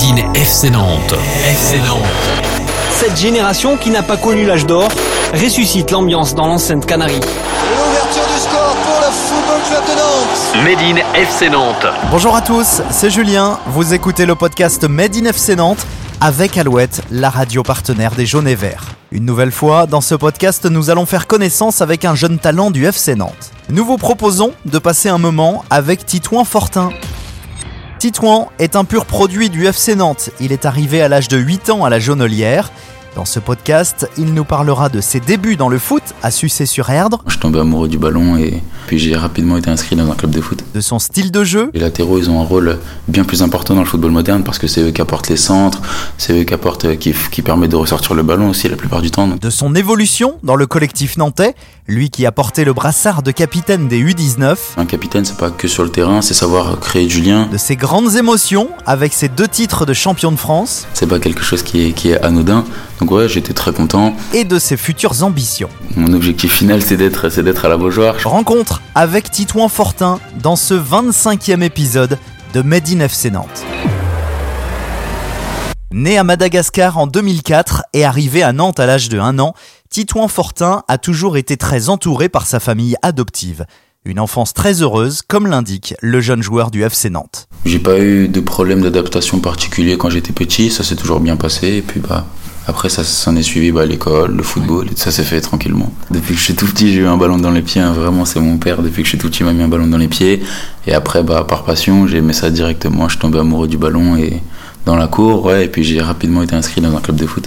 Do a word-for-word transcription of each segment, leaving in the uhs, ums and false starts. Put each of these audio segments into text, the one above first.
Made in F C Nantes. F C Nantes. Cette génération qui n'a pas connu l'âge d'or ressuscite l'ambiance dans l'enceinte Canaries. L'ouverture du score pour le Football Club de Nantes. Made in F C Nantes. Bonjour à tous, c'est Julien. Vous écoutez le podcast Made in F C Nantes avec Alouette, la radio partenaire des Jaunes et Verts. Une nouvelle fois, dans ce podcast, nous allons faire connaissance avec un jeune talent du F C Nantes. Nous vous proposons de passer un moment avec Titouan Fortin. Titouan est un pur produit du F C Nantes. Il est arrivé à l'âge de huit ans à la Jaunelière. Dans ce podcast, il nous parlera de ses débuts dans le foot à Sucé-sur-Erdre. Je suis tombé amoureux du ballon et puis j'ai rapidement été inscrit dans un club de foot. De son style de jeu. Les latéraux, ils ont un rôle bien plus important dans le football moderne parce que c'est eux qui apportent les centres, c'est eux qui apportent, qui, qui permettent de ressortir le ballon aussi la plupart du temps. Donc. De son évolution dans le collectif nantais, lui qui a porté le brassard de capitaine des U dix-neuf. Un capitaine, c'est pas que sur le terrain, c'est savoir créer du lien. De ses grandes émotions avec ses deux titres de champion de France. C'est pas quelque chose qui est, qui est anodin. Donc ouais, j'étais très content. Et de ses futures ambitions. Mon objectif final, c'est d'être, c'est d'être à la Beaujoire. Rencontre avec Titouan Fortin dans ce vingt-cinquième épisode de Made in F C Nantes. Né à Madagascar en deux mille quatre et arrivé à Nantes à l'âge de un an, Titouan Fortin a toujours été très entouré par sa famille adoptive. Une enfance très heureuse, comme l'indique le jeune joueur du F C Nantes. J'ai pas eu de problème d'adaptation particulier quand j'étais petit, ça s'est toujours bien passé et puis bah... Après, ça s'en est suivi bah, l'école, le football, et tout ça s'est fait tranquillement. Depuis que je suis tout petit, j'ai eu un ballon dans les pieds. Hein, vraiment, c'est mon père. Depuis que je suis tout petit, il m'a mis un ballon dans les pieds. Et après, bah, par passion, j'ai aimé ça directement. Je suis tombé amoureux du ballon et dans la cour. Ouais, et puis j'ai rapidement été inscrit dans un club de foot.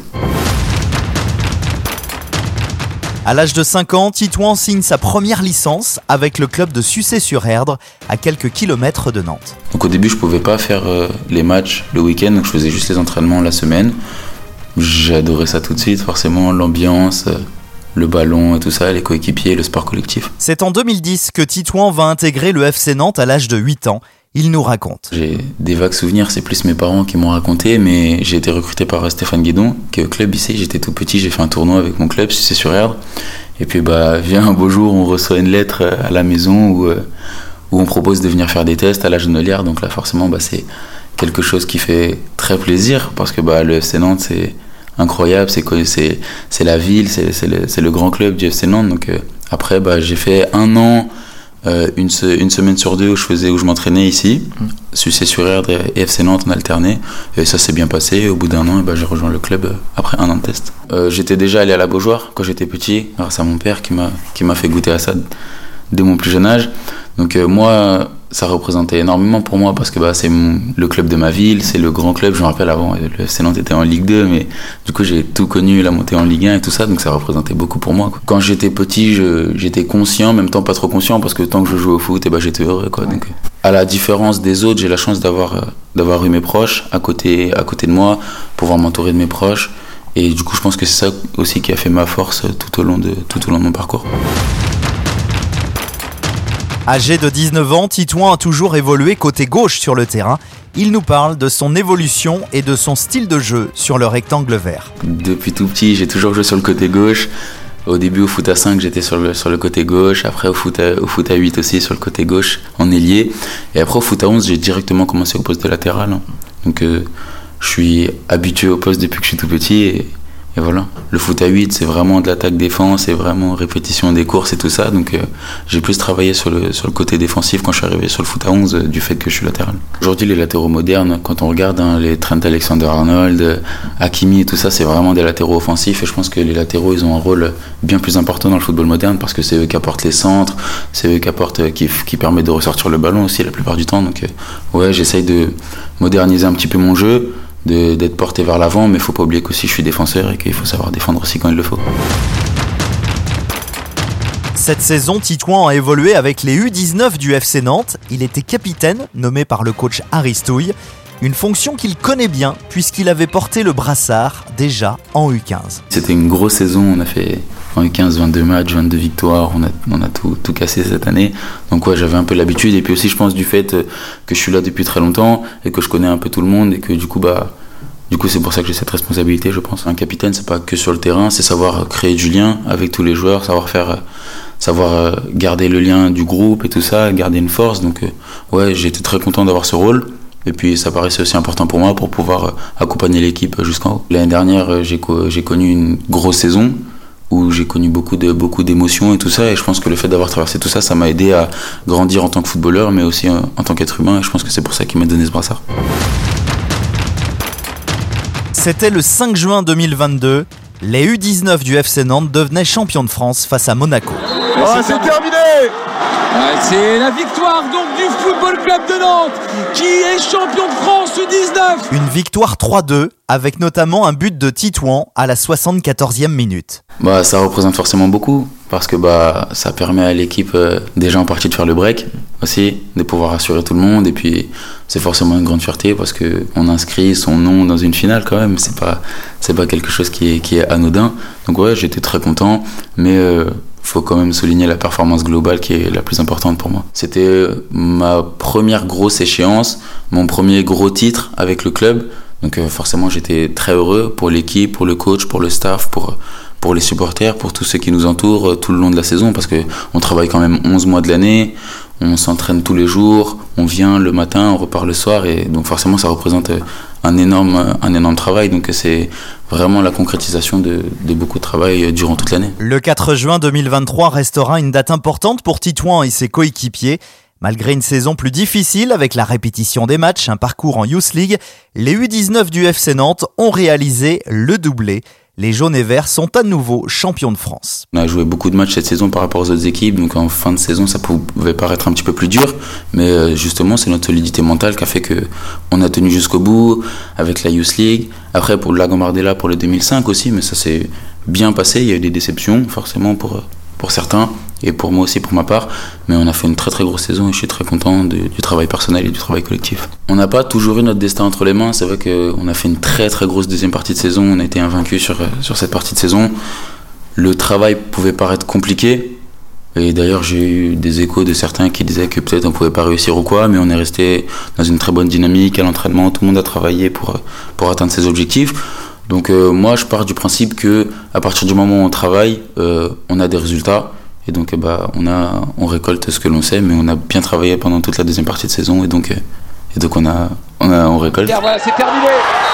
À l'âge de cinq ans, Titouan signe sa première licence avec le club de Sucé-sur-Erdre, à quelques kilomètres de Nantes. Donc au début, je pouvais pas faire euh, les matchs le week-end, donc je faisais juste les entraînements la semaine. J'ai adoré ça tout de suite, forcément, l'ambiance, le ballon et tout ça, les coéquipiers, le sport collectif. C'est en deux mille dix que Titouan va intégrer le F C Nantes à l'âge de huit ans. Il nous raconte. J'ai des vagues souvenirs, c'est plus mes parents qui m'ont raconté, mais j'ai été recruté par Stéphane Guédon, qui est au club ici. J'étais tout petit, j'ai fait un tournoi avec mon club, c'est sur Erdre. Et puis bah, vient un beau jour, on reçoit une lettre à la maison où, où on propose de venir faire des tests à la Jaunelière. Donc là, forcément, bah, c'est quelque chose qui fait très plaisir, parce que bah, le F C Nantes, c'est incroyable, c'est, c'est, c'est la ville, c'est, c'est, le, c'est le grand club du F C Nantes. Donc euh, après, bah, j'ai fait un an, euh, une, se, une semaine sur deux où je, faisais, où je m'entraînais ici, mmh. Sucé-sur-Erdre et F C Nantes, on alternait. Et ça s'est bien passé. Au bout d'un an, et bah, j'ai rejoint le club euh, après un an de test. Euh, j'étais déjà allé à la Beaujoire quand j'étais petit, grâce à mon père qui m'a, qui m'a fait goûter à ça dès mon plus jeune âge. Donc euh, moi, ça représentait énormément pour moi parce que bah, c'est mon, le club de ma ville, c'est le grand club. Je me rappelle avant, le F C Nantes était en Ligue deux, mais du coup j'ai tout connu, la montée en Ligue un et tout ça, donc ça représentait beaucoup pour moi, quoi. Quand j'étais petit, je, j'étais conscient, en même temps pas trop conscient, parce que tant que je jouais au foot, et bah, j'étais heureux, quoi. Donc, à la différence des autres, j'ai la chance d'avoir, euh, d'avoir eu mes proches à côté, à côté de moi, pouvoir m'entourer de mes proches. Et du coup, je pense que c'est ça aussi qui a fait ma force tout au long de, tout au long de mon parcours. Âgé de dix-neuf ans, Titouan a toujours évolué côté gauche sur le terrain. Il nous parle de son évolution et de son style de jeu sur le rectangle vert. Depuis tout petit, j'ai toujours joué sur le côté gauche. Au début, au foot à cinq, j'étais sur le, sur le côté gauche. Après, au foot, à, au foot à huit aussi, sur le côté gauche, en ailier. Et après, au foot à onze, j'ai directement commencé au poste de latéral. Donc, euh, je suis habitué au poste depuis que je suis tout petit. Et, et voilà. Le foot à huit, c'est vraiment de l'attaque-défense, c'est vraiment répétition des courses et tout ça. Donc, euh, j'ai plus travaillé sur le, sur le côté défensif quand je suis arrivé sur le foot à onze, euh, du fait que je suis latéral. Aujourd'hui, les latéraux modernes, quand on regarde hein, les Trent Alexander-Arnold, euh, Hakimi et tout ça, c'est vraiment des latéraux offensifs. Et je pense que les latéraux, ils ont un rôle bien plus important dans le football moderne parce que c'est eux qui apportent les centres, c'est eux qui apportent, euh, qui, qui permettent de ressortir le ballon aussi la plupart du temps. Donc, euh, ouais, j'essaye de moderniser un petit peu mon jeu. De, d'être porté vers l'avant, mais il ne faut pas oublier qu'aussi je suis défenseur et qu'il faut savoir défendre aussi quand il le faut. Cette saison, Titouan a évolué avec les U dix-neuf du F C Nantes. Il était capitaine, nommé par le coach Aristouille, une fonction qu'il connaît bien puisqu'il avait porté le brassard déjà en U quinze. C'était une grosse saison, on a fait en U quinze vingt-deux matchs, vingt-deux victoires, on a, on a tout, tout cassé cette année. Donc ouais, j'avais un peu l'habitude et puis aussi je pense du fait que je suis là depuis très longtemps et que je connais un peu tout le monde et que du coup bah Du coup, c'est pour ça que j'ai cette responsabilité, je pense. Un capitaine, c'est pas que sur le terrain, c'est savoir créer du lien avec tous les joueurs, savoir faire, savoir garder le lien du groupe et tout ça, garder une force. Donc, ouais, j'ai été très content d'avoir ce rôle. Et puis ça paraissait aussi important pour moi pour pouvoir accompagner l'équipe jusqu'en haut. L'année dernière, j'ai, co- j'ai connu une grosse saison où j'ai connu beaucoup, de, beaucoup d'émotions et tout ça. Et je pense que le fait d'avoir traversé tout ça, ça m'a aidé à grandir en tant que footballeur, mais aussi en tant qu'être humain. Et je pense que c'est pour ça qu'il m'a donné ce brassard. C'était le cinq juin deux mille vingt-deux. Les U dix-neuf du F C Nantes devenaient champions de France face à Monaco. Oh, c'est terminé. Ouais, c'est la victoire donc du Football Club de Nantes qui est champion de France U dix-neuf. Une victoire trois deux avec notamment un but de Titouan à la soixante-quatorzième minute. Bah, ça représente forcément beaucoup parce que bah, ça permet à l'équipe euh, déjà en partie de faire le break aussi, de pouvoir rassurer tout le monde et puis c'est forcément une grande fierté parce qu'on inscrit son nom dans une finale quand même, c'est pas, c'est pas quelque chose qui est, qui est anodin. Donc ouais, j'étais très content, mais euh, faut quand même souligner la performance globale qui est la plus importante pour moi. C'était ma première grosse échéance, mon premier gros titre avec le club. Donc euh, forcément j'étais très heureux pour l'équipe, pour le coach, pour le staff, pour, pour les supporters, pour tous ceux qui nous entourent euh, tout le long de la saison parce qu'on travaille quand même onze mois de l'année, on s'entraîne tous les jours, on vient le matin, on repart le soir et donc forcément ça représente un énorme, un énorme travail. Donc c'est vraiment la concrétisation de, de beaucoup de travail durant toute l'année. Le quatre juin deux mille vingt-trois restera une date importante pour Titouan et ses coéquipiers. Malgré une saison plus difficile avec la répétition des matchs, un parcours en Youth League, les U dix-neuf du F C Nantes ont réalisé le doublé. Les jaunes et verts sont à nouveau champions de France. On a joué beaucoup de matchs cette saison par rapport aux autres équipes, donc en fin de saison ça pouvait paraître un petit peu plus dur, mais justement c'est notre solidité mentale qui a fait qu'on a tenu jusqu'au bout avec la Youth League. Après pour la Gambardella pour le deux mille cinq aussi, mais ça s'est bien passé, il y a eu des déceptions forcément pour, pour certains. Et pour moi aussi, pour ma part, mais on a fait une très très grosse saison et je suis très content de, du travail personnel et du travail collectif. On n'a pas toujours eu notre destin entre les mains, c'est vrai qu'on a fait une très très grosse deuxième partie de saison, on a été invaincus sur, sur cette partie de saison. Le travail pouvait paraître compliqué, et d'ailleurs j'ai eu des échos de certains qui disaient que peut-être on ne pouvait pas réussir ou quoi, mais on est resté dans une très bonne dynamique à l'entraînement, tout le monde a travaillé pour, pour atteindre ses objectifs. Donc euh, moi je pars du principe qu'à partir du moment où on travaille, euh, on a des résultats. Et donc bah, on, a, on récolte ce que l'on sait, mais on a bien travaillé pendant toute la deuxième partie de saison et donc, et donc on, a, on, a, on récolte. Voilà, c'est terminé.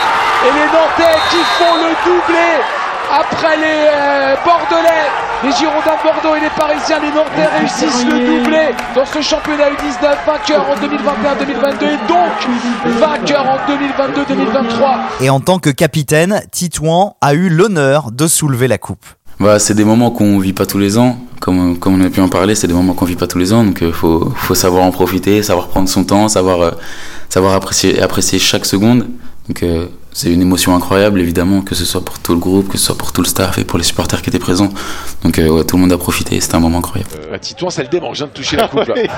Et les Nantais qui font le doublé après les euh, Bordelais, les Girondins de Bordeaux et les Parisiens, les Nantais réussissent le doublé dans ce championnat U dix-neuf, vainqueur en deux mille vingt et un deux mille vingt-deux et donc vainqueur en deux mille vingt-deux deux mille vingt-trois. Et en tant que capitaine, Titouan a eu l'honneur de soulever la coupe. Bah, c'est des moments qu'on ne vit pas tous les ans, comme, comme on a pu en parler, c'est des moments qu'on ne vit pas tous les ans, donc il euh, faut, faut savoir en profiter, savoir prendre son temps, savoir, euh, savoir apprécier, apprécier chaque seconde. Donc euh, c'est une émotion incroyable évidemment, que ce soit pour tout le groupe, que ce soit pour tout le staff et pour les supporters qui étaient présents. Donc euh, ouais, tout le monde a profité, c'était un moment incroyable. Euh, Titouan, ça le démange, je viens de toucher la coupe là. Et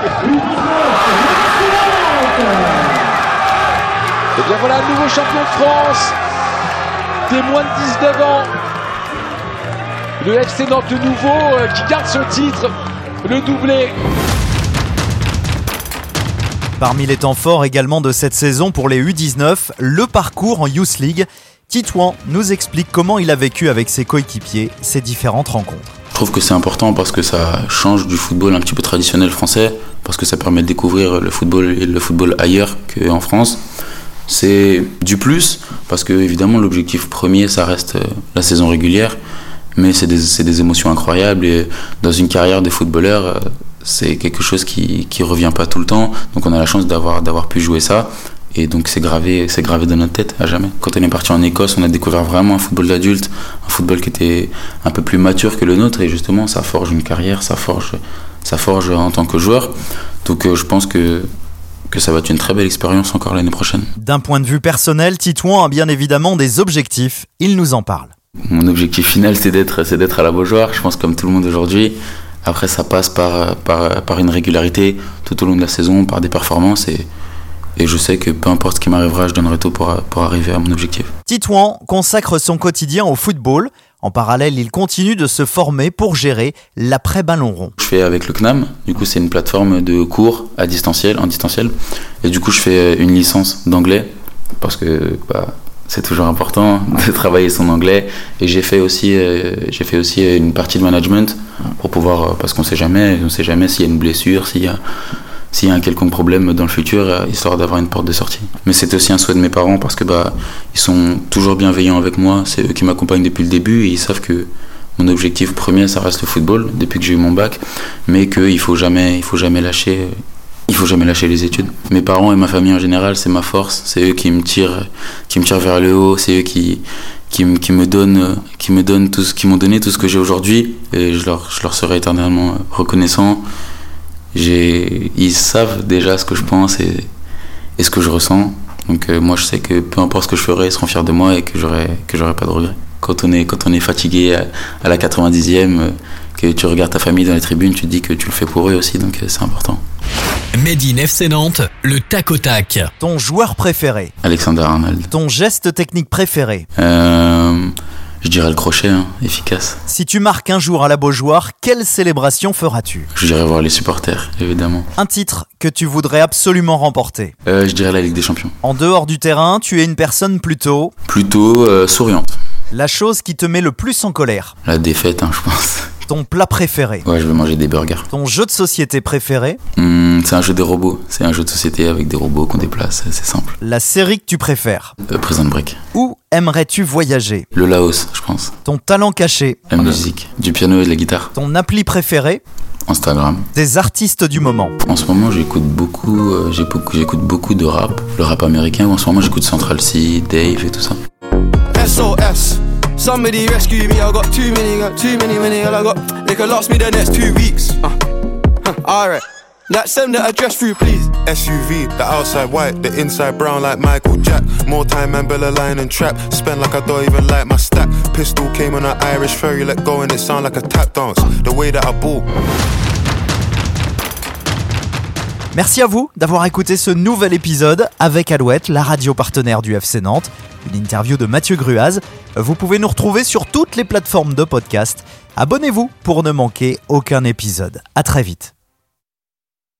bien voilà, nouveau champion de France, des moins de dix-neuf ans. Le F C Nantes de nouveau euh, qui garde son titre, le doublé. Parmi les temps forts également de cette saison pour les U dix-neuf, le parcours en Youth League. Titouan nous explique comment il a vécu avec ses coéquipiers ces différentes rencontres. Je trouve que c'est important parce que ça change du football un petit peu traditionnel français, parce que ça permet de découvrir le football et le football ailleurs qu'en France. C'est du plus parce que évidemment l'objectif premier ça reste la saison régulière. Mais c'est des, c'est des émotions incroyables et dans une carrière de footballeur, c'est quelque chose qui ne revient pas tout le temps. Donc on a la chance d'avoir, d'avoir pu jouer ça et donc c'est gravé, c'est gravé dans notre tête à jamais. Quand on est parti en Écosse, on a découvert vraiment un football d'adulte, un football qui était un peu plus mature que le nôtre et justement ça forge une carrière, ça forge, ça forge en tant que joueur. Donc euh, je pense que que ça va être une très belle expérience encore l'année prochaine. D'un point de vue personnel, Titouan a bien évidemment des objectifs, il nous en parle. Mon objectif final, c'est d'être, c'est d'être à la Beaujoire, je pense comme tout le monde aujourd'hui. Après, ça passe par, par, par une régularité tout au long de la saison, par des performances. Et, et je sais que peu importe ce qui m'arrivera, je donnerai tout pour, pour arriver à mon objectif. Titouan consacre son quotidien au football. En parallèle, il continue de se former pour gérer l'après-ballon rond. Je fais avec le C N A M, du coup c'est une plateforme de cours à distanciel, en distanciel. Et du coup je fais une licence d'anglais, parce que... Bah, c'est toujours important de travailler son anglais et j'ai fait aussi euh, j'ai fait aussi une partie de management pour pouvoir parce qu'on sait jamais on sait jamais s'il y a une blessure, s'il y a s'il y a un quelconque problème dans le futur, euh, histoire d'avoir une porte de sortie. Mais c'est aussi un souhait de mes parents parce que bah, ils sont toujours bienveillants avec moi, c'est eux qui m'accompagnent depuis le début et ils savent que mon objectif premier, ça reste le football depuis que j'ai eu mon bac, mais qu'il faut jamais, il faut jamais lâcher, il faut jamais lâcher les études. Mes parents et ma famille en général, c'est ma force, c'est eux qui me tirent, qui me tirent vers le haut, c'est eux qui, qui, me, qui me donnent, qui me donnent tout ce, qui m'ont donné tout ce que j'ai aujourd'hui, et je leur, je leur serai éternellement reconnaissant. J'ai, ils savent déjà ce que je pense et, et ce que je ressens, donc euh, moi je sais que peu importe ce que je ferai, ils seront fiers de moi et que j'aurai, que j'aurai pas de regrets. Quand on est, quand on est fatigué à, à la quatre-vingt-dixième, que tu regardes ta famille dans les tribunes, tu te dis que tu le fais pour eux aussi, donc c'est important. Made in F C Nantes, le tac au tac. Ton joueur préféré? Alexander Arnold. Ton geste technique préféré? euh, Je dirais le crochet, hein, efficace. Si tu marques un jour à la Beaujoire, quelle célébration feras-tu? Je dirais voir les supporters, évidemment. Un titre que tu voudrais absolument remporter? euh, Je dirais la Ligue des Champions. En dehors du terrain, tu es une personne plutôt... Plutôt euh, souriante. La chose qui te met le plus en colère? La défaite, hein, je pense. Ton plat préféré? Ouais, je vais manger des burgers. Ton jeu de société préféré? Mmh, c'est un jeu de robots. C'est un jeu de société avec des robots qu'on déplace, c'est simple. La série que tu préfères? Euh, Prison Break. Où aimerais-tu voyager? Le Laos, je pense. Ton talent caché? La musique, du piano et de la guitare. Ton appli préféré? Instagram. Des artistes du moment? En ce moment, j'écoute beaucoup, euh, j'ai beaucoup, j'écoute beaucoup de rap, le rap américain. En ce moment, j'écoute Central C, Dave et tout ça. S O S. Somebody rescue me, I got too many, got too many, many, and I got, they could last me the next two weeks. Uh, huh, alright, that send the address through, please. S U V, the outside white, the inside brown like Michael Jack. More time and Bella line and trap. Spend like I don't even like my stack. Pistol came on an Irish ferry, let go and it sound like a tap dance. The way that I ball. Merci à vous d'avoir écouté ce nouvel épisode avec Alouette, la radio partenaire du F C Nantes. Une interview de Mathieu Gruaz. Vous pouvez nous retrouver sur toutes les plateformes de podcast. Abonnez-vous pour ne manquer aucun épisode. À très vite.